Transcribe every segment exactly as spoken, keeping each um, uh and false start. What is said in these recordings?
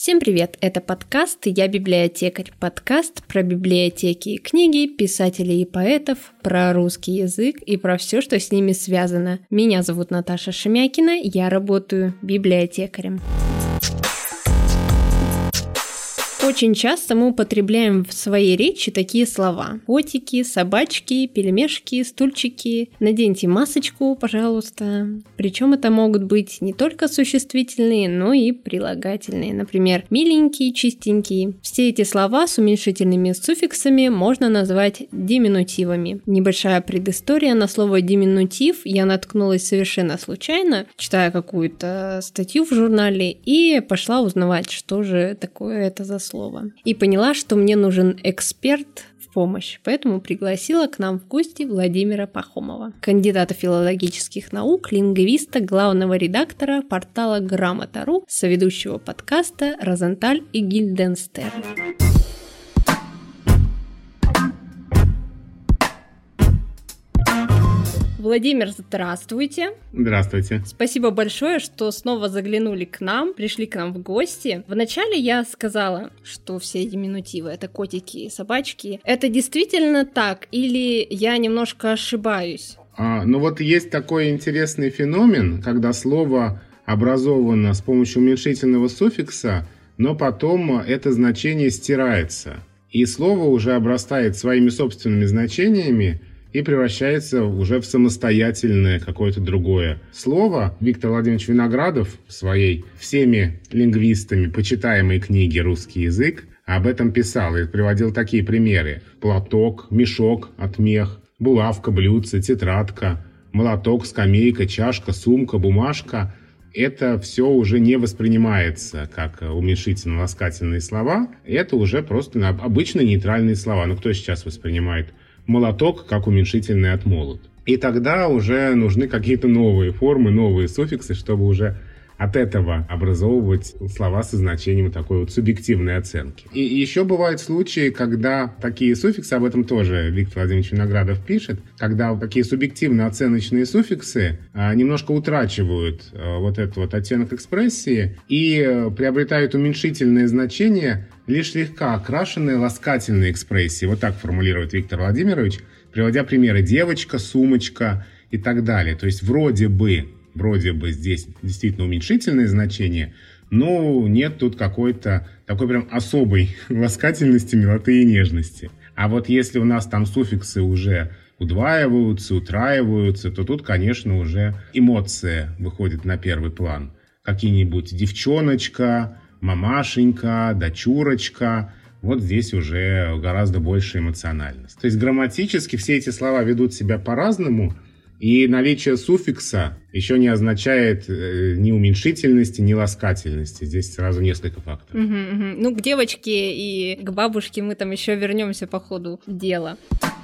Всем привет! Это подкаст «Я библиотекарь». Подкаст про библиотеки и книги, писателей и поэтов, про русский язык и про все, что с ними связано. Меня зовут Наташа Шемякина, я работаю библиотекарем. Очень часто мы употребляем в своей речи такие слова: котики, собачки, пельмешки, стульчики. Наденьте масочку, пожалуйста. Причем это могут быть не только существительные, но и прилагательные. Например, миленький, чистенький. Все эти слова с уменьшительными суффиксами можно назвать диминутивами. Небольшая предыстория на слово диминутив. Я наткнулась совершенно случайно, читая какую-то статью в журнале, и пошла узнавать, что же такое это за слово. Слово. И поняла, что мне нужен эксперт в помощь, поэтому пригласила к нам в гости Владимира Пахомова, кандидата филологических наук, лингвиста, главного редактора портала Грамота точка ру, соведущего подкаста «Розенталь и Гильденстерн». Владимир, здравствуйте. Здравствуйте. Спасибо большое, что снова заглянули к нам, пришли к нам в гости. Вначале я сказала, что все диминутивы — это котики и собачки. Это действительно так или я немножко ошибаюсь? А, ну вот есть такой интересный феномен, когда слово образовано с помощью уменьшительного суффикса, но потом это значение стирается. И слово уже обрастает своими собственными значениями и превращается уже в самостоятельное какое-то другое слово. Виктор Владимирович Виноградов в своей всеми лингвистами почитаемой книге «Русский язык» об этом писал и приводил такие примеры: платок, мешок от мех, булавка, блюдце, тетрадка, молоток, скамейка, чашка, сумка, бумажка. Это все уже не воспринимается как уменьшительно-ласкательные слова, это уже просто обычные нейтральные слова. Ну кто сейчас воспринимает молоток как уменьшительный от молот? И тогда уже нужны какие-то новые формы, новые суффиксы, чтобы уже от этого образовывать слова со значением такой вот субъективной оценки. И еще бывают случаи, когда такие суффиксы, об этом тоже Виктор Владимирович Виноградов пишет, когда такие субъективно-оценочные суффиксы а, немножко утрачивают а, вот этот вот оттенок экспрессии и а, приобретают уменьшительное значение лишь слегка окрашенные ласкательные экспрессии. Вот так формулирует Виктор Владимирович, приводя примеры: девочка, сумочка и так далее. То есть вроде бы Вроде бы здесь действительно уменьшительное значение, но нет тут какой-то такой прям особой ласкательности, милоты и нежности. А вот если у нас там суффиксы уже удваиваются, утраиваются, то тут, конечно, уже эмоция выходит на первый план. Какие-нибудь девчоночка, мамашенька, дочурочка. Вот здесь уже гораздо больше эмоциональность. То есть грамматически все эти слова ведут себя по-разному, и наличие суффикса еще не означает э, ни уменьшительности, ни ласкательности. Здесь сразу несколько факторов. Угу, угу. Ну, к девочке и к бабушке мы там еще вернемся по ходу дела.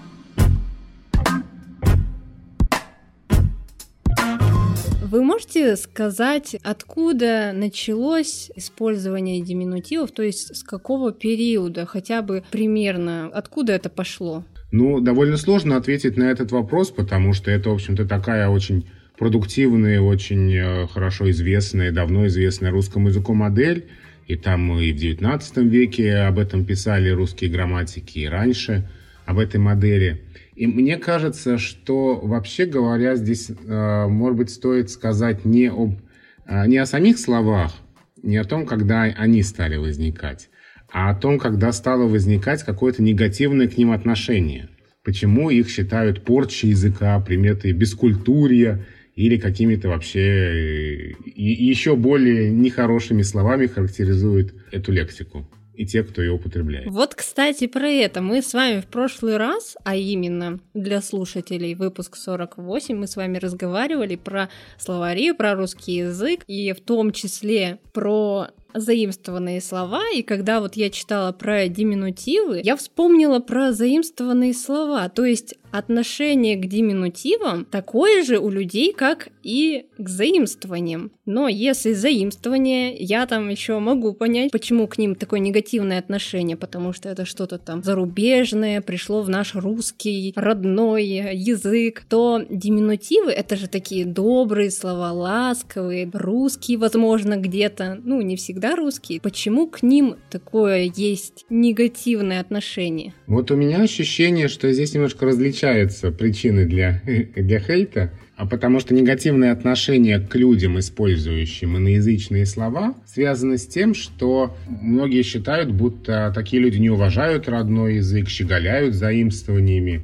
Вы можете сказать, откуда началось использование диминутивов, то есть с какого периода, хотя бы примерно, откуда это пошло? Ну, довольно сложно ответить на этот вопрос, потому что это, в общем-то, такая очень продуктивная, очень хорошо известная, давно известная русскому языку модель. И там и в девятнадцатом веке об этом писали русские грамматики, и раньше об этой модели. И мне кажется, что, вообще говоря, здесь, может быть, стоит сказать не об, не о самих словах, не о том, когда они стали возникать, а о том, когда стало возникать какое-то негативное к ним отношение. Почему их считают порчей языка, приметой бескультурья или какими-то вообще еще более нехорошими словами характеризуют эту лексику и те, кто ее употребляет. Вот, кстати, про это мы с вами в прошлый раз, а именно для слушателей выпуск сорок восемь, мы с вами разговаривали про словари, про русский язык, и в том числе про заимствованные слова, и когда вот я читала про диминутивы, я вспомнила про заимствованные слова, то есть отношение к диминутивам такое же у людей, как и к заимствованиям. Но если заимствование, я там еще могу понять, почему к ним такое негативное отношение, потому что это что-то там зарубежное, пришло в наш русский родной язык, то диминутивы — это же такие добрые слова, ласковые, русские, возможно, где-то, ну, не всегда всегда русские. Почему к ним такое есть негативное отношение? Вот у меня ощущение, что здесь немножко различаются причины для, для хейта, а потому что негативное отношение к людям, использующим иноязычные слова, связано с тем, что многие считают, будто такие люди не уважают родной язык, щеголяют заимствованиями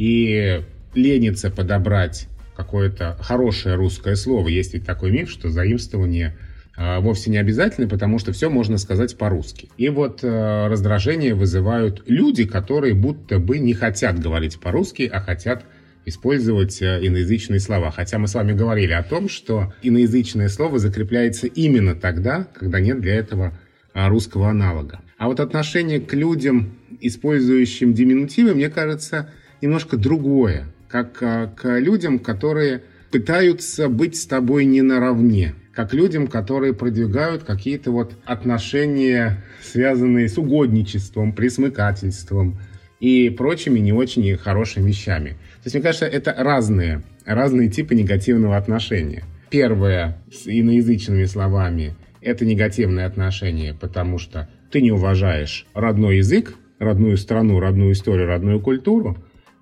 и ленятся подобрать какое-то хорошее русское слово. Есть ведь такой миф, что заимствование э, вовсе не обязательно, потому что все можно сказать по-русски. И вот э, раздражение вызывают люди, которые будто бы не хотят говорить по-русски, а хотят использовать э, иноязычные слова. Хотя мы с вами говорили о том, что иноязычное слово закрепляется именно тогда, когда нет для этого э, русского аналога. А вот отношение к людям, использующим диминутивы, мне кажется, немножко другое. Как к людям, которые пытаются быть с тобой не наравне, как людям, которые продвигают какие-то вот отношения, связанные с угодничеством, присмыкательством и прочими не очень хорошими вещами. То есть, мне кажется, это разные, разные типы негативного отношения. Первое, с иноязычными словами, это негативное отношение, потому что ты не уважаешь родной язык, родную страну, родную историю, родную культуру.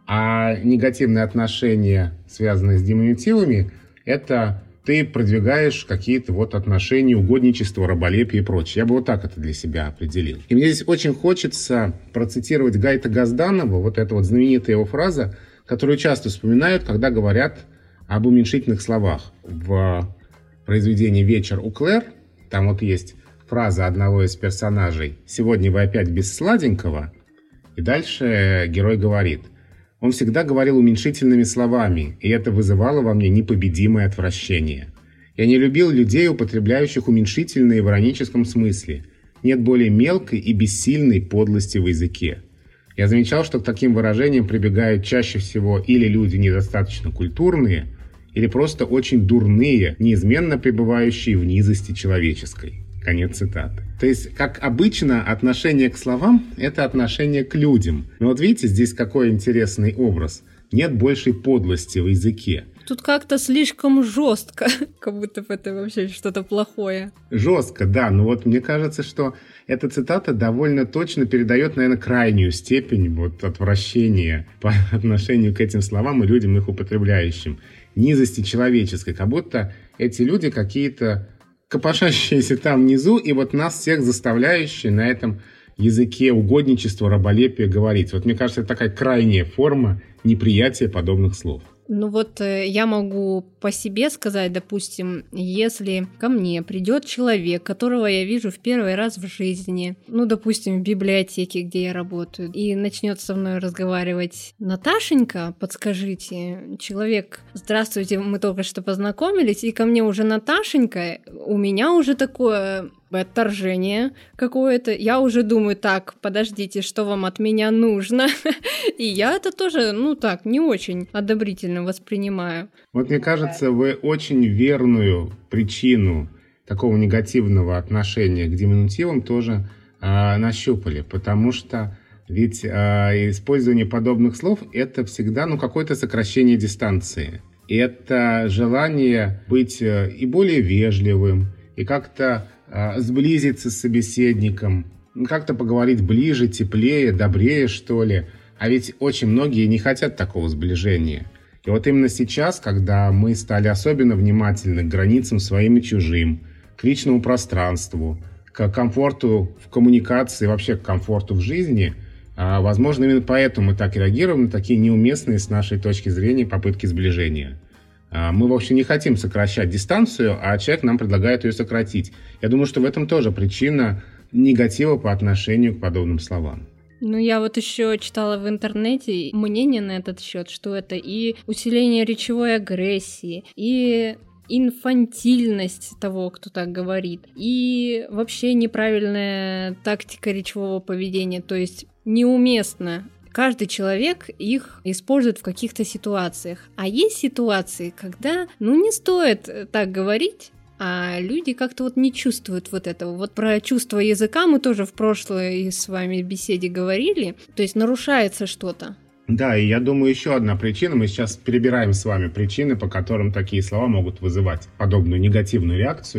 А негативные отношения, связанные с диминутивами, это ты продвигаешь какие-то вот отношения, угодничество, раболепие и прочее. Я бы вот так это для себя определил. И мне здесь очень хочется процитировать Гайта Газданова, вот эта вот знаменитая его фраза, которую часто вспоминают, когда говорят об уменьшительных словах. В произведении «Вечер у Клэр» там вот есть фраза одного из персонажей: «Сегодня вы опять без сладенького». И дальше герой говорит: он всегда говорил уменьшительными словами, и это вызывало во мне непобедимое отвращение. Я не любил людей, употребляющих уменьшительные в ироническом смысле. Нет более мелкой и бессильной подлости в языке. Я замечал, что к таким выражениям прибегают чаще всего или люди недостаточно культурные, или просто очень дурные, неизменно пребывающие в низости человеческой. Конец цитаты. То есть, как обычно, отношение к словам – это отношение к людям. Но вот видите, здесь какой интересный образ. Нет большей подлости в языке. Тут как-то слишком жестко, как будто бы это вообще что-то плохое. Жестко, да. Но вот мне кажется, что эта цитата довольно точно передает, наверное, крайнюю степень вот отвращения по отношению к этим словам и людям, их употребляющим. Низости человеческой. Как будто эти люди какие-то копошащиеся там внизу, и вот нас всех заставляющие на этом языке угодничества, раболепия говорить. Вот мне кажется, это такая крайняя форма неприятия подобных слов. Ну вот э, я могу по себе сказать, допустим, если ко мне придет человек, которого я вижу в первый раз в жизни, ну, допустим, в библиотеке, где я работаю, и начнет со мной разговаривать: «Наташенька, подскажите», человек: «Здравствуйте, мы только что познакомились», и ко мне уже Наташенька, у меня уже такое отторжение какое-то. Я уже думаю: так, подождите, что вам от меня нужно? И я это тоже, ну так, не очень одобрительно воспринимаю. Вот мне кажется, вы очень верную причину такого негативного отношения к диминутивам тоже э, нащупали, потому что ведь э, использование подобных слов – это всегда ну, какое-то сокращение дистанции. И это желание быть э, и более вежливым, и как-то сблизиться с собеседником, как-то поговорить ближе, теплее, добрее, что ли. А ведь очень многие не хотят такого сближения. И вот именно сейчас, когда мы стали особенно внимательны к границам своим и чужим, к личному пространству, к комфорту в коммуникации, вообще к комфорту в жизни, возможно, именно поэтому мы так реагируем на такие неуместные с нашей точки зрения попытки сближения. Мы вовсе не хотим сокращать дистанцию, а человек нам предлагает ее сократить. Я думаю, что в этом тоже причина негатива по отношению к подобным словам. Ну, я вот еще читала в интернете мнение на этот счет, что это и усиление речевой агрессии, и инфантильность того, кто так говорит, и вообще неправильная тактика речевого поведения, то есть неуместно. Каждый человек их использует в каких-то ситуациях. А есть ситуации, когда, ну, не стоит так говорить, а люди как-то вот не чувствуют вот этого. Вот про чувство языка мы тоже в прошлой с вами беседе говорили. То есть нарушается что-то. Да, и я думаю, еще одна причина, мы сейчас перебираем с вами причины, по которым такие слова могут вызывать подобную негативную реакцию.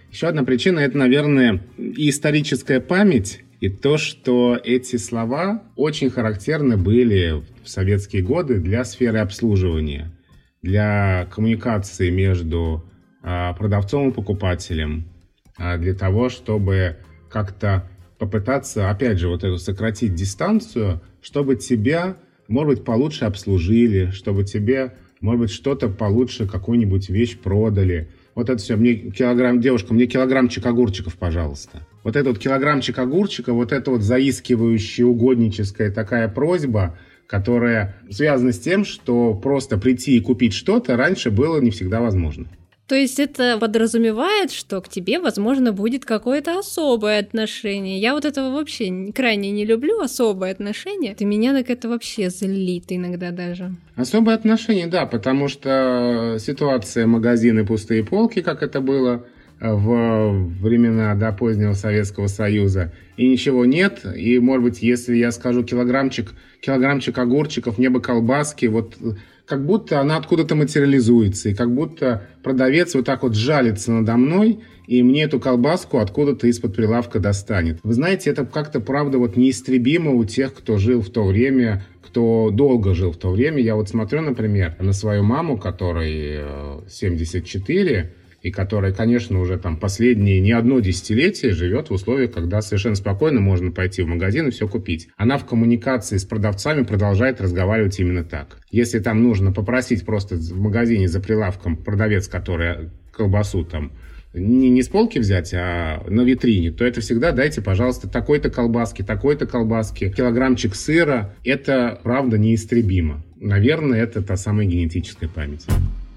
Еще одна причина – это, наверное, и историческая память, и то, что эти слова очень характерны были в советские годы для сферы обслуживания, для коммуникации между продавцом и покупателем, для того, чтобы как-то попытаться, опять же, вот эту сократить дистанцию, чтобы тебя, может быть, получше обслужили, чтобы тебе, может быть, что-то получше, какую-нибудь вещь продали. Вот это все, мне килограмм, девушка, мне килограммчик огурчиков, пожалуйста. Вот этот вот килограммчик огурчика, вот это вот заискивающая, угодническая такая просьба, которая связана с тем, что просто прийти и купить что-то раньше было не всегда возможно. То есть это подразумевает, что к тебе, возможно, будет какое-то особое отношение. Я вот этого вообще крайне не люблю, особое отношение. Ты меня так это вообще злит иногда даже. Особое отношение, да, потому что ситуация магазины пустые полки, как это было в времена до позднего Советского Союза, и ничего нет. И, может быть, если я скажу килограммчик, килограммчик огурчиков, мне бы колбаски, вот... как будто она откуда-то материализуется, и как будто продавец вот так вот жалится надо мной, и мне эту колбаску откуда-то из-под прилавка достанет. Вы знаете, это как-то, правда, вот неистребимо у тех, кто жил в то время, кто долго жил в то время. Я вот смотрю, например, на свою маму, которой семьдесят четыре, и которая, конечно, уже там последние не одно десятилетие живет в условиях, когда совершенно спокойно можно пойти в магазин и все купить. Она в коммуникации с продавцами продолжает разговаривать именно так. Если там нужно попросить просто в магазине за прилавком продавец, который колбасу там не, не с полки взять, а на витрине, то это всегда дайте, пожалуйста, такой-то колбаски, такой-то колбаски, килограммчик сыра. Это, правда, неистребимо. Наверное, это та самая генетическая память.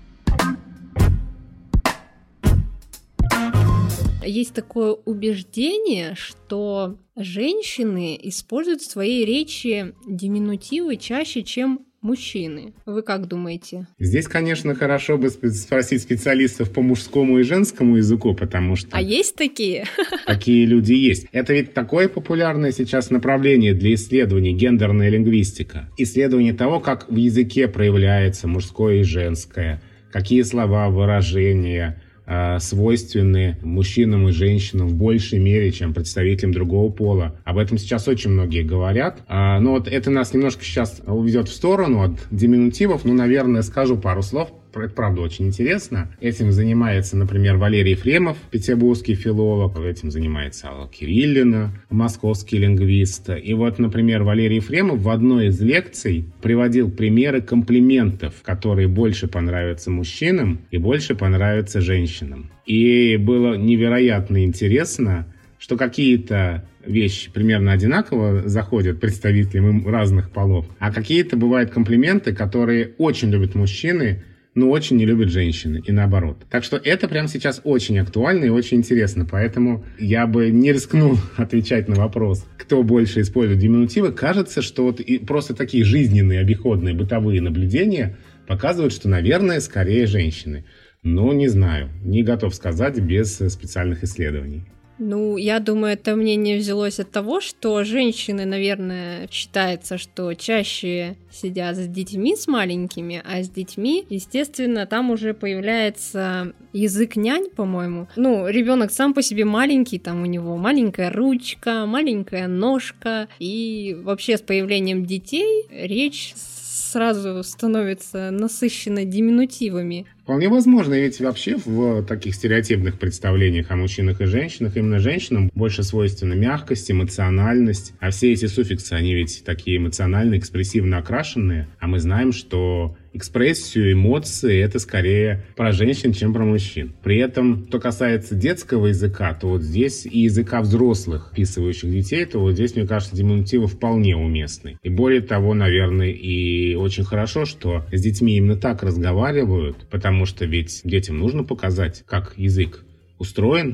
Есть такое убеждение, что женщины используют в своей речи диминутивы чаще, чем мужчины. Вы как думаете? Здесь, конечно, хорошо бы спросить специалистов по мужскому и женскому языку, потому что... А есть такие? Такие люди есть. Это ведь такое популярное сейчас направление для исследований, гендерная лингвистика. Исследование того, как в языке проявляется мужское и женское, какие слова, выражения свойственны мужчинам и женщинам в большей мере, чем представителям другого пола. Об этом сейчас очень многие говорят. Но вот это нас немножко сейчас уведет в сторону от диминутивов. Ну, наверное, скажу пару слов. Это, правда, очень интересно. Этим занимается, например, Валерий Ефремов, петербургский филолог. Этим занимается Алла Кириллина, московский лингвист. И вот, например, Валерий Ефремов в одной из лекций приводил примеры комплиментов, которые больше понравятся мужчинам и больше понравятся женщинам. И было невероятно интересно, что какие-то вещи примерно одинаково заходят представителям разных полов, а какие-то бывают комплименты, которые очень любят мужчины, но очень не любят женщины, и наоборот. Так что это прямо сейчас очень актуально и очень интересно, поэтому я бы не рискнул отвечать на вопрос, кто больше использует диминутивы. Кажется, что вот и просто такие жизненные, обиходные, бытовые наблюдения показывают, что, наверное, скорее женщины. Но не знаю, не готов сказать без специальных исследований. Ну, я думаю, это мнение взялось от того, что женщины, наверное, считается, что чаще сидят с детьми, с маленькими, а с детьми, естественно, там уже появляется язык нянь, по-моему. Ну, ребенок сам по себе маленький, там у него маленькая ручка, маленькая ножка, и вообще с появлением детей речь сразу становится насыщена диминутивами. Вполне возможно, ведь вообще в таких стереотипных представлениях о мужчинах и женщинах именно женщинам больше свойственна мягкость, эмоциональность, а все эти суффиксы, они ведь такие эмоционально, экспрессивно окрашенные, а мы знаем, что экспрессию, эмоции — это скорее про женщин, чем про мужчин. При этом, что касается детского языка, то вот здесь и языка взрослых, описывающих детей, то вот здесь, мне кажется, диминутивы вполне уместны. И более того, наверное, и очень хорошо, что с детьми именно так разговаривают, потому что ведь детям нужно показать, как язык устроен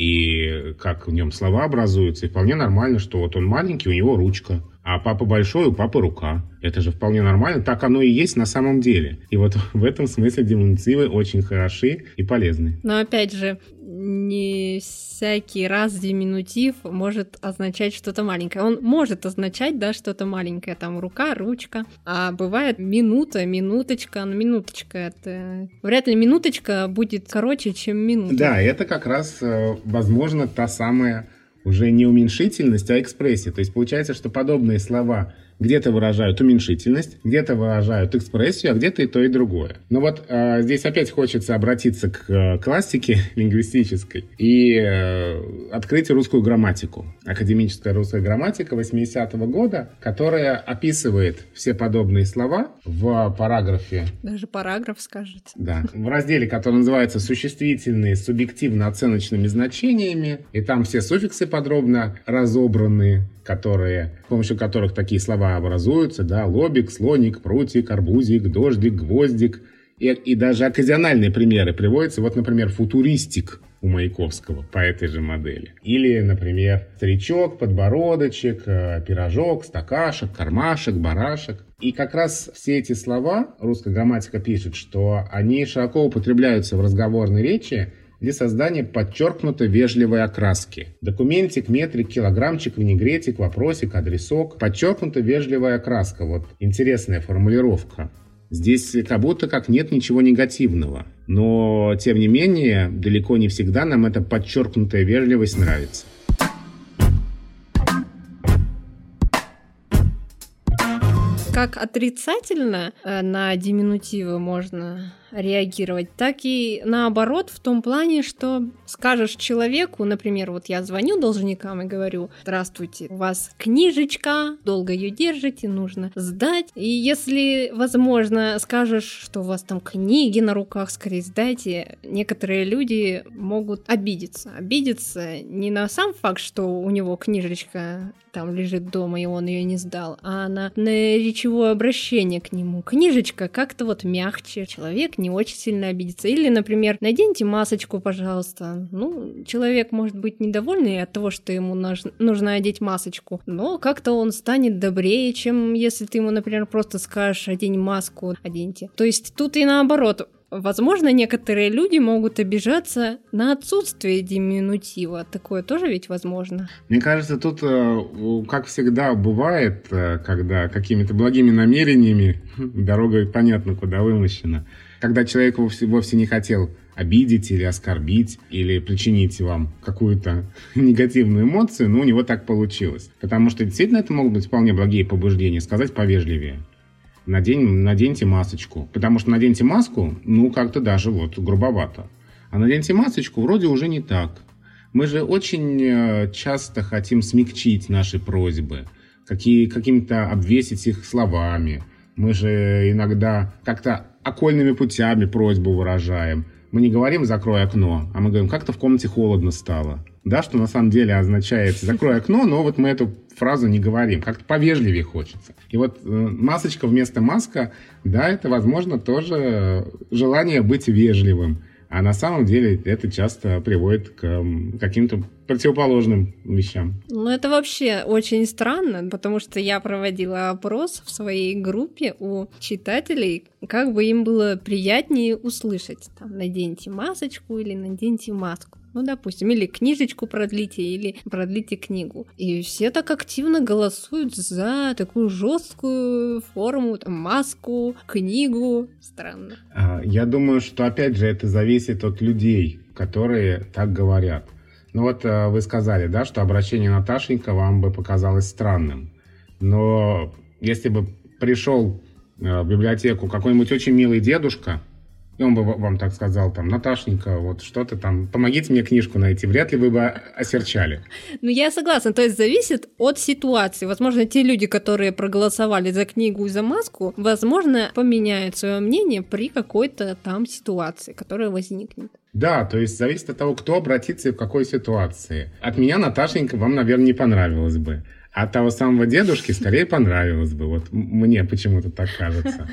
и как в нем слова образуются. И вполне нормально, что вот он маленький, у него ручка, а папа большой, у папы рука. Это же вполне нормально, так оно и есть на самом деле. И вот в этом смысле диминутивы очень хороши и полезны. Но опять же, не всякий раз диминутив может означать что-то маленькое. Он может означать, да, что-то маленькое, там рука, ручка, а бывает минута, минуточка, ну минуточка это... Вряд ли минуточка будет короче, чем минута. Да, это как раз, возможно, та самая уже не уменьшительность, а экспрессия. То есть получается, что подобные слова где-то выражают уменьшительность, где-то выражают экспрессию, а где-то и то, и другое. Но вот э, здесь опять хочется обратиться к э, классике лингвистической и э, открыть русскую грамматику. Академическая русская грамматика восьмидесятого года, которая описывает все подобные слова в параграфе. Даже параграф скажете. Да. В разделе, который называется «Существительные с субъективно-оценочными значениями». И там все суффиксы подробно разобраны, которые, с помощью которых такие слова образуются, да, лобик, слоник, прутик, арбузик, дождик, гвоздик. И, и даже оказиональные примеры приводятся. Вот, например, футуристик у Маяковского по этой же модели. Или, например, старичок, подбородочек, пирожок, стакашек, кармашек, барашек. И как раз все эти слова, русская грамматика пишет, что они широко употребляются в разговорной речи для создания подчеркнуто вежливой окраски. Документик, метрик, килограммчик, винегретик, вопросик, адресок. Подчеркнуто вежливая окраска. Вот интересная формулировка. Здесь как будто как нет ничего негативного. Но, тем не менее, далеко не всегда нам эта подчеркнутая вежливость нравится. Как отрицательно на диминутивы можно реагировать, так и наоборот в том плане, что скажешь человеку, например, вот я звоню должникам и говорю: здравствуйте, у вас книжечка, долго ее держите, нужно сдать. И если, возможно, скажешь, что у вас там книги на руках, скорее сдайте, некоторые люди могут обидеться. Обидеться не на сам факт, что у него книжечка там лежит дома, и он ее не сдал, а на, на речевое обращение к нему. Книжечка как-то вот мягче, человек не очень сильно обидится. Или, например, наденьте масочку, пожалуйста. Ну, человек может быть недовольный от того, что ему нужно одеть масочку, но как-то он станет добрее, чем если ты ему, например, просто скажешь: одень маску, оденьте. То есть тут и наоборот. Возможно, некоторые люди могут обижаться на отсутствие диминутива. Такое тоже ведь возможно. Мне кажется, тут, как всегда бывает, когда какими-то благими намерениями дорога понятно куда вымощена. Когда человек вовсе, вовсе не хотел обидеть или оскорбить, или причинить вам какую-то негативную эмоцию, но у него так получилось. Потому что действительно это могут быть вполне благие побуждения, сказать повежливее. Надень, наденьте масочку. Потому что наденьте маску, ну, как-то даже вот грубовато. А наденьте масочку вроде уже не так. Мы же очень часто хотим смягчить наши просьбы, какие, какими-то обвесить их словами. Мы же иногда как-то окольными путями просьбу выражаем. Мы не говорим «закрой окно», а мы говорим «как-то в комнате холодно стало». Да, что на самом деле означает «закрой окно», но вот мы эту фразу не говорим, как-то повежливее хочется. И вот э, масочка вместо маска, да, это, возможно, тоже желание быть вежливым. А на самом деле это часто приводит к э, каким-то противоположным вещам. Ну, это вообще очень странно, потому что я проводила опрос в своей группе у читателей, как бы им было приятнее услышать. Там, наденьте масочку или наденьте маску. Ну, допустим, или книжечку продлите, или продлите книгу. И все так активно голосуют за такую жесткую форму, там, маску, книгу. Странно. Я думаю, что, опять же, это зависит от людей, которые так говорят. Ну вот вы сказали, да, что обращение Наташенька вам бы показалось странным. Но если бы пришел в библиотеку какой-нибудь очень милый дедушка, и он бы вам так сказал, там, Наташенька, вот что-то там, помогите мне книжку найти, вряд ли вы бы осерчали. Ну, я согласна, то есть зависит от ситуации. Возможно, те люди, которые проголосовали за книгу и за маску, возможно, поменяют свое мнение при какой-то там ситуации, которая возникнет. Да, то есть зависит от того, кто обратится и в какой ситуации. От меня, Наташенька, вам, наверное, не понравилось бы. А от того самого дедушки скорее понравилось бы. Вот мне почему-то так кажется.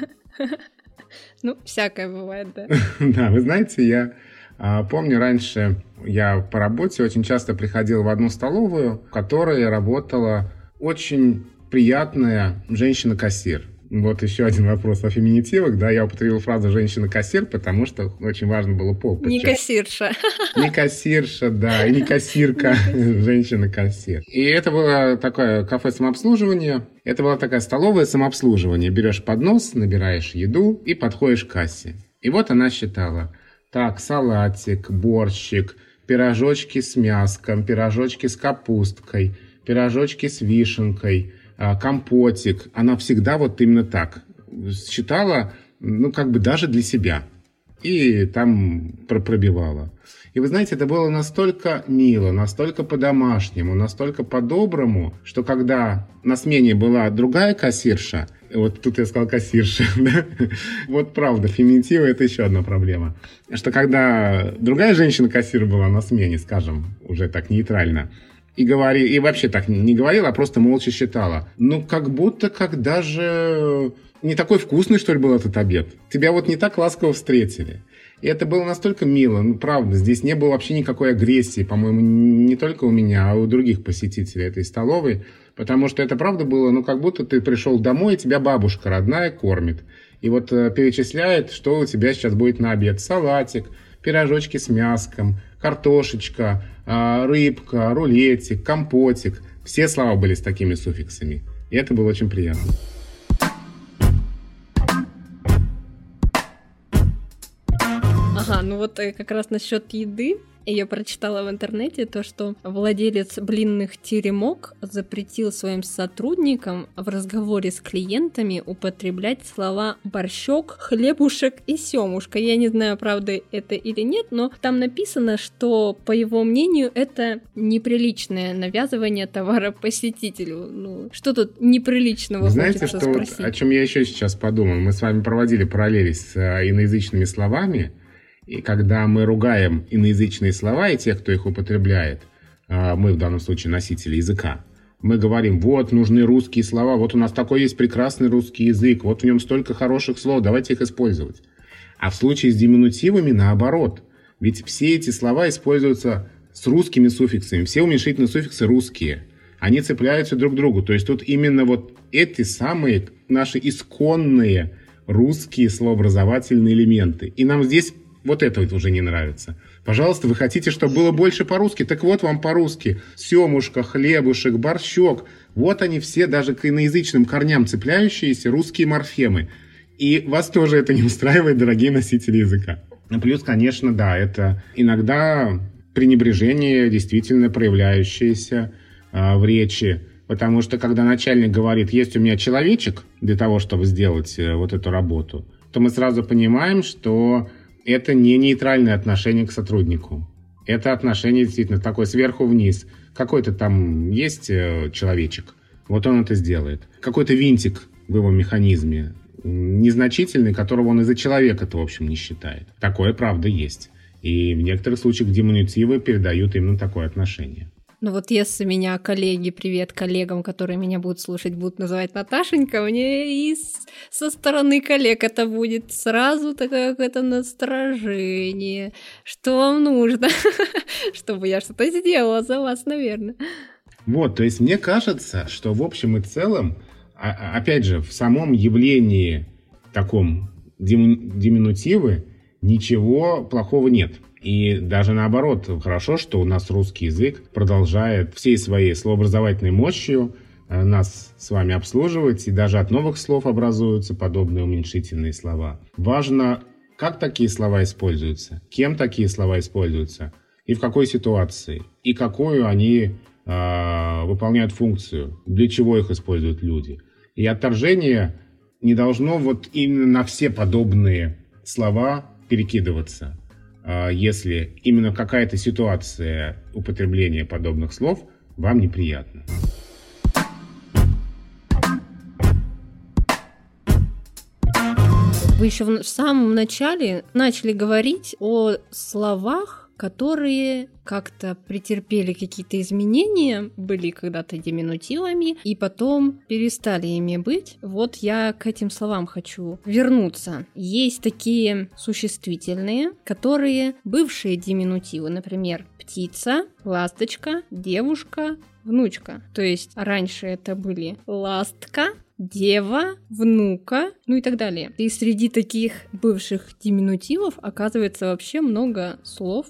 Ну, всякое бывает, да. Да, вы знаете, я а, помню, раньше я по работе очень часто приходил в одну столовую, в которой работала очень приятная женщина-кассир. Вот еще один вопрос о феминитивах. Да, я употребил фразу «женщина-кассир», потому что очень важно было пол подчеркнуть. Не кассирша. Не кассирша, да, и не кассирка, женщина-кассир. И это было такое кафе самообслуживания. Это была такая столовая самообслуживания. Берешь поднос, набираешь еду и подходишь к кассе. И вот она считала. Так, салатик, борщик, пирожочки с мяском, пирожочки с капусткой, пирожочки с вишенкой, компотик. Она всегда вот именно так считала, ну, как бы даже для себя. И там пробивала. И вы знаете, это было настолько мило, настолько по-домашнему, настолько по-доброму, что когда на смене была другая кассирша, вот тут я сказал кассирша, да? Вот правда, феминитивы – это еще одна проблема. Что когда другая женщина-кассир была на смене, скажем, уже так нейтрально, и, говори, и вообще так не говорила, а просто молча считала. Ну, как будто как даже не такой вкусный, что ли, был этот обед. Тебя вот не так ласково встретили. И это было настолько мило, ну, правда, здесь не было вообще никакой агрессии, по-моему, не только у меня, а у других посетителей этой столовой, потому что это, правда, было, ну, как будто ты пришел домой, и тебя бабушка родная кормит. И вот э, перечисляет, что у тебя сейчас будет на обед. Салатик, пирожочки с мяском, картошечка, э, рыбка, рулетик, компотик. Все слова были с такими суффиксами. И это было очень приятно. Ага, ну вот как раз насчет еды. Я прочитала в интернете то, что владелец блинных теремок запретил своим сотрудникам в разговоре с клиентами употреблять слова «борщок», «хлебушек» и «семушка». Я не знаю, правда это или нет, но там написано, что, по его мнению, это неприличное навязывание товара посетителю. Ну, что тут неприличного, знаете, хочется что спросить? Вот, о чем я еще сейчас подумал? Мы с вами проводили параллели с иноязычными словами. И когда мы ругаем иноязычные слова и тех, кто их употребляет, мы в данном случае носители языка, мы говорим, вот, нужны русские слова, вот у нас такой есть прекрасный русский язык, вот в нем столько хороших слов, давайте их использовать. А в случае с диминутивами наоборот. Ведь все эти слова используются с русскими суффиксами, все уменьшительные суффиксы русские. Они цепляются друг к другу. То есть тут именно вот эти самые наши исконные русские словообразовательные элементы. И нам здесь вот это вот уже не нравится. Пожалуйста, вы хотите, чтобы было больше по-русски? Так вот вам по-русски. Семушка, хлебушек, борщок. Вот они все, даже к иноязычным корням цепляющиеся русские морфемы. И вас тоже это не устраивает, дорогие носители языка. Плюс, конечно, да, это иногда пренебрежение, действительно проявляющееся э, в речи. Потому что, когда начальник говорит, есть у меня человечек для того, чтобы сделать э, вот эту работу, то мы сразу понимаем, что это не нейтральное отношение к сотруднику. Это отношение действительно такое сверху вниз. Какой-то там есть человечек, вот он это сделает. Какой-то винтик в его механизме, незначительный, которого он из-за человека-то, в общем, не считает. Такое, правда, есть. И в некоторых случаях диминутивы передают именно такое отношение. Ну вот если меня коллеги, привет коллегам, которые меня будут слушать, будут называть Наташенька, мне и с, со стороны коллег это будет сразу такое какое-то насторожение. Что вам нужно? Чтобы я что-то сделала за вас, наверное. Вот, то есть мне кажется, что в общем и целом, опять же, в самом явлении таком диминутивы ничего плохого нет. И даже наоборот, хорошо, что у нас русский язык продолжает всей своей словообразовательной мощью нас с вами обслуживать, и даже от новых слов образуются подобные уменьшительные слова. Важно, как такие слова используются, кем такие слова используются, и в какой ситуации, и какую они э, выполняют функцию, для чего их используют люди. И отторжение не должно вот именно на все подобные слова перекидываться, если именно какая-то ситуация употребления подобных слов вам неприятна. Вы еще в самом начале начали говорить о словах, которые как-то претерпели какие-то изменения, были когда-то диминутивами, и потом перестали ими быть. Вот я к этим словам хочу вернуться. Есть такие существительные, которые бывшие диминутивы, например, птица, ласточка, девушка, внучка. То есть раньше это были ластка, дева, внука, ну и так далее. И среди таких бывших диминутивов оказывается вообще много слов,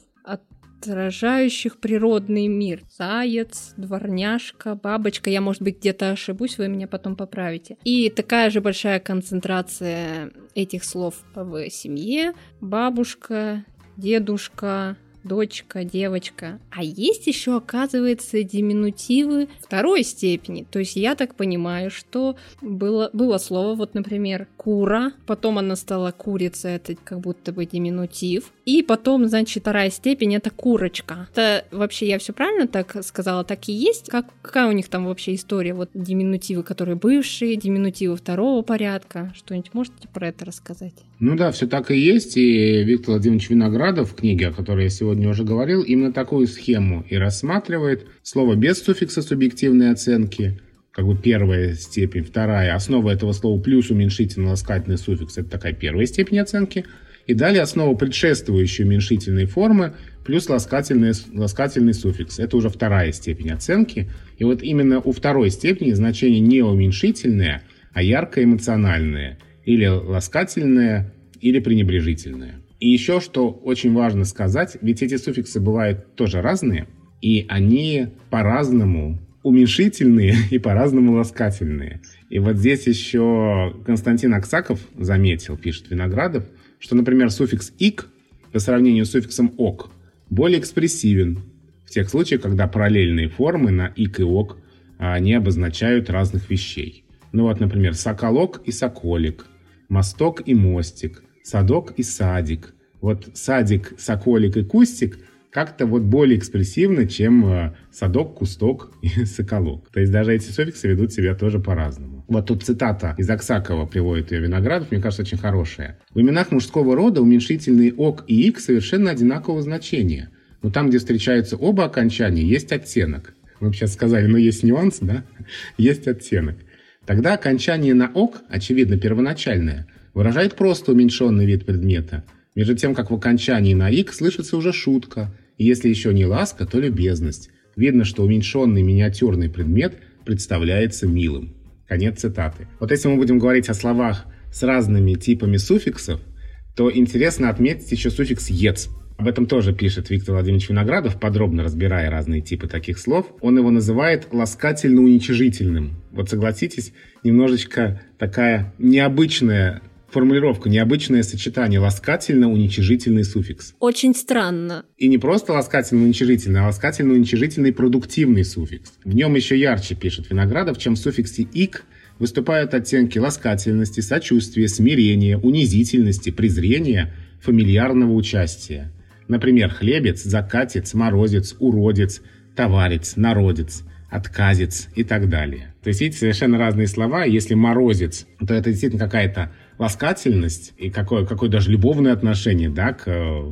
отражающих природный мир. Заяц, дворняжка, бабочка. Я, может быть, где-то ошибусь, вы меня потом поправите. И такая же большая концентрация этих слов в семье. Бабушка, дедушка, дочка, девочка. А есть еще, оказывается, диминутивы второй степени. То есть я так понимаю, что было, было слово, вот, например, кура, потом она стала курица, это как будто бы диминутив. И потом, значит, вторая степень — это курочка. Это вообще я все правильно так сказала, так и есть? Как, какая у них там вообще история? Вот диминутивы, которые бывшие, диминутивы второго порядка. Что-нибудь можете про это рассказать? Ну да, все так и есть. И Виктор Владимирович Виноградов в книге, о которой я сегодня уже говорил, именно такую схему и рассматривает. Слово без суффикса субъективной оценки, как бы первая степень, вторая. Основа этого слова плюс уменьшительно-ласкательный суффикс — это такая первая степень оценки. И далее основа предшествующей уменьшительной формы плюс ласкательный, ласкательный суффикс. Это уже вторая степень оценки. И вот именно у второй степени значение не уменьшительное, а ярко-эмоциональное. Или ласкательное, или пренебрежительное. И еще, что очень важно сказать, ведь эти суффиксы бывают тоже разные, и они по-разному уменьшительные и по-разному ласкательные. И вот здесь еще Константин Аксаков заметил, пишет Виноградов, что, например, суффикс «ик» по сравнению с суффиксом «ок» более экспрессивен в тех случаях, когда параллельные формы на «ик» и «ок» они обозначают разных вещей. Ну вот, например, «соколок» и «соколик», «мосток» и «мостик», «садок» и «садик». Вот «садик», «соколик» и «кустик» как-то вот более экспрессивно, чем «садок», «кусток» и «соколок». То есть даже эти суффиксы ведут себя тоже по-разному. Вот тут цитата из Аксакова приводит ее Виноградов, мне кажется, очень хорошая. В именах мужского рода уменьшительные «ок» и «ик» совершенно одинакового значения. Но там, где встречаются оба окончания, есть оттенок. Вы бы сейчас сказали, ну есть нюанс, да? Есть оттенок. Тогда окончание на «ок», очевидно, первоначальное, выражает просто уменьшенный вид предмета, между тем, как в окончании на «ик» слышится уже шутка, и если еще не ласка, то любезность. Видно, что уменьшенный миниатюрный предмет представляется милым. Конец цитаты. Вот если мы будем говорить о словах с разными типами суффиксов, то интересно отметить еще суффикс «ец». Об этом тоже пишет Виктор Владимирович Виноградов, подробно разбирая разные типы таких слов. Он его называет ласкательно-уничижительным. Вот согласитесь, немножечко такая необычная формулировка, необычное сочетание ласкательно-уничижительный суффикс. Очень странно. И не просто ласкательно-уничижительный, а ласкательно-уничижительный продуктивный суффикс. В нем еще ярче, пишет Виноградов, чем в суффиксе «ик», выступают оттенки ласкательности, сочувствия, смирения, унизительности, презрения, фамильярного участия. Например, хлебец, закатец, морозец, уродец, товарец, народец, отказец и так далее. То есть, видите, совершенно разные слова. Если морозец, то это действительно какая-то ласкательность и какое, какое даже любовное отношение, да, к,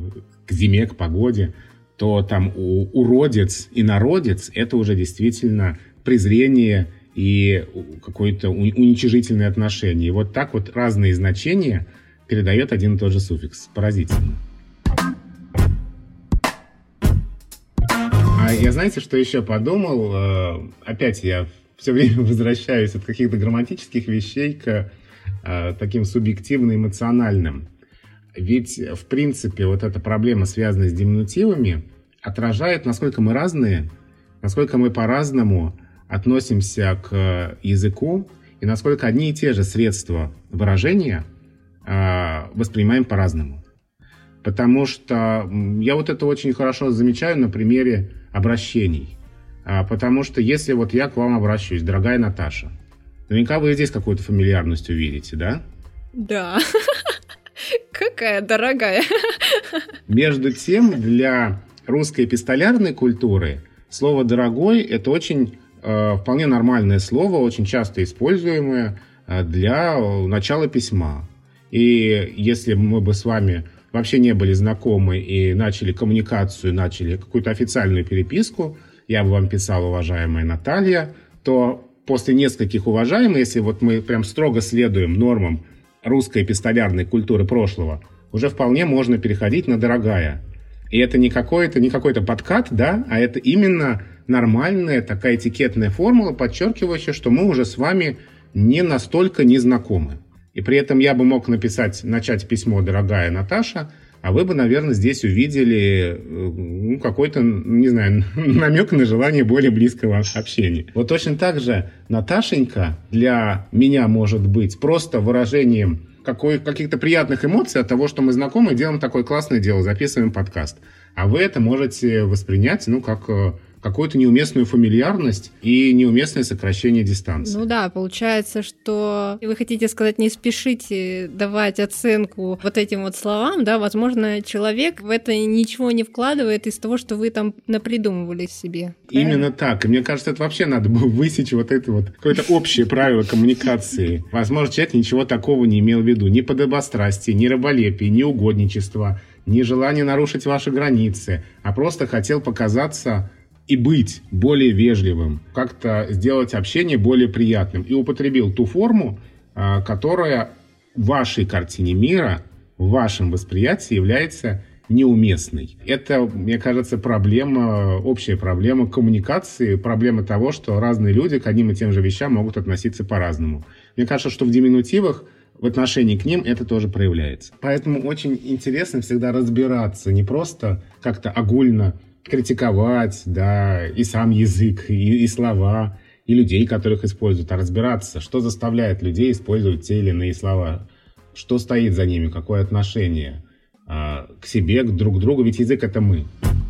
к зиме, к погоде, то там у, уродец и народец — это уже действительно презрение и какое-то уничижительное отношение. И вот так вот разные значения передает один и тот же суффикс. Поразительно. А я, знаете, что еще подумал? Опять я все время возвращаюсь от каких-то грамматических вещей к таким субъективно-эмоциональным. Ведь, в принципе, вот эта проблема, связанная с диминутивами, отражает, насколько мы разные, насколько мы по-разному относимся к языку и насколько одни и те же средства выражения воспринимаем по-разному. Потому что я вот это очень хорошо замечаю на примере обращений. Потому что если вот я к вам обращусь, дорогая Наташа, наверняка вы здесь какую-то фамильярность увидите, да? Да. Какая дорогая. Между тем, для русской эпистолярной культуры слово «дорогой» — это очень э, вполне нормальное слово, очень часто используемое для начала письма. И если мы бы с вами вообще не были знакомы и начали коммуникацию, начали какую-то официальную переписку, я бы вам писал: уважаемая Наталья, то после нескольких уважаемых, если вот мы прям строго следуем нормам русской эпистолярной культуры прошлого, уже вполне можно переходить на «дорогая». И это не какой-то, не какой-то подкат, да, а это именно нормальная такая этикетная формула, подчеркивающая, что мы уже с вами не настолько незнакомы. И при этом я бы мог написать, начать письмо «Дорогая Наташа», а вы бы, наверное, здесь увидели ну, какой-то, не знаю, намек на желание более близкого общения. Вот точно так же Наташенька для меня может быть просто выражением какой, каких-то приятных эмоций от того, что мы знакомы и делаем такое классное дело, записываем подкаст. А вы это можете воспринять, ну, как какую-то неуместную фамильярность и неуместное сокращение дистанции. Ну да, получается, что вы хотите сказать, не спешите давать оценку вот этим вот словам, да, возможно, человек в это ничего не вкладывает из того, что вы там напридумывали себе. Именно правильно? Так. И мне кажется, это вообще надо было высечь вот это вот какое-то общее правило коммуникации. Возможно, человек ничего такого не имел в виду. Ни подобострастия, ни раболепия, ни угодничества, ни желания нарушить ваши границы, а просто хотел показаться и быть более вежливым, как-то сделать общение более приятным. И употребил ту форму, которая в вашей картине мира, в вашем восприятии является неуместной. Это, мне кажется, проблема, общая проблема коммуникации, проблема того, что разные люди к одним и тем же вещам могут относиться по-разному. Мне кажется, что в диминутивах в отношении к ним это тоже проявляется. Поэтому очень интересно всегда разбираться, не просто как-то огульно критиковать, да, и сам язык, и, и слова, и людей, которых используют, а разбираться, что заставляет людей использовать те или иные слова, что стоит за ними, какое отношение а, к себе, к друг другу, ведь язык — это мы.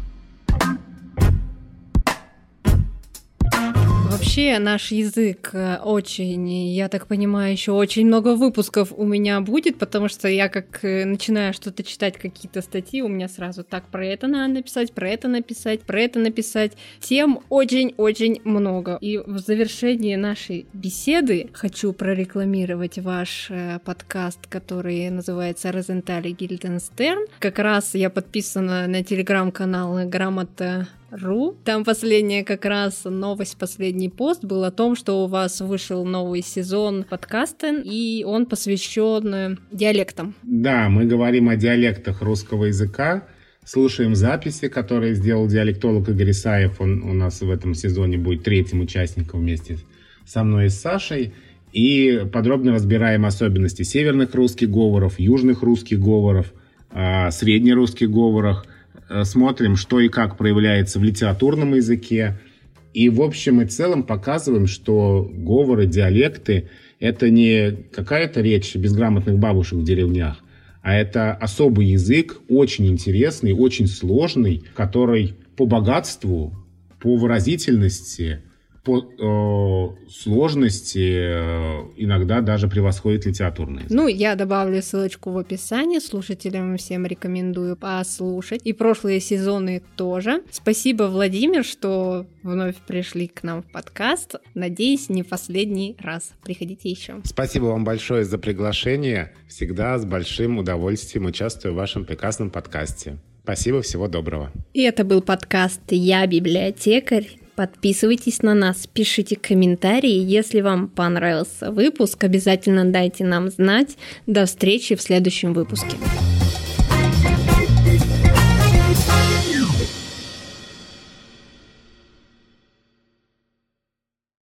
Вообще наш язык очень, я так понимаю, еще очень много выпусков у меня будет, потому что я как начинаю что-то читать, какие-то статьи, у меня сразу так про это надо написать, про это написать, про это написать. Тем очень-очень много. И в завершении нашей беседы хочу прорекламировать ваш подкаст, который называется «Розенталь и Гильденстерн». Как раз я подписана на телеграм-канал «Грамота». Ру. Там последняя как раз новость, последний пост был о том, что у вас вышел новый сезон подкаста, и он посвящен диалектам. Да, мы говорим о диалектах русского языка, слушаем записи, которые сделал диалектолог Игорь Исаев. Он у нас в этом сезоне будет третьим участником вместе со мной и с Сашей. И подробно разбираем особенности северных русских говоров, южных русских говоров, среднерусских говоров. Смотрим, что и как проявляется в литературном языке. И в общем и целом показываем, что говоры, диалекты — это не какая-то речь безграмотных бабушек в деревнях, а это особый язык, очень интересный, очень сложный, который по богатству, по выразительности, по э, сложности э, иногда даже превосходит литературный язык. Ну, я добавлю ссылочку в описании, слушателям всем рекомендую послушать. И прошлые сезоны тоже. Спасибо, Владимир, что вновь пришли к нам в подкаст. Надеюсь, не последний раз. Приходите еще. Спасибо вам большое за приглашение. Всегда с большим удовольствием участвую в вашем прекрасном подкасте. Спасибо, всего доброго. И это был подкаст «Я библиотекарь». Подписывайтесь на нас, пишите комментарии. Если вам понравился выпуск, обязательно дайте нам знать. До встречи в следующем выпуске.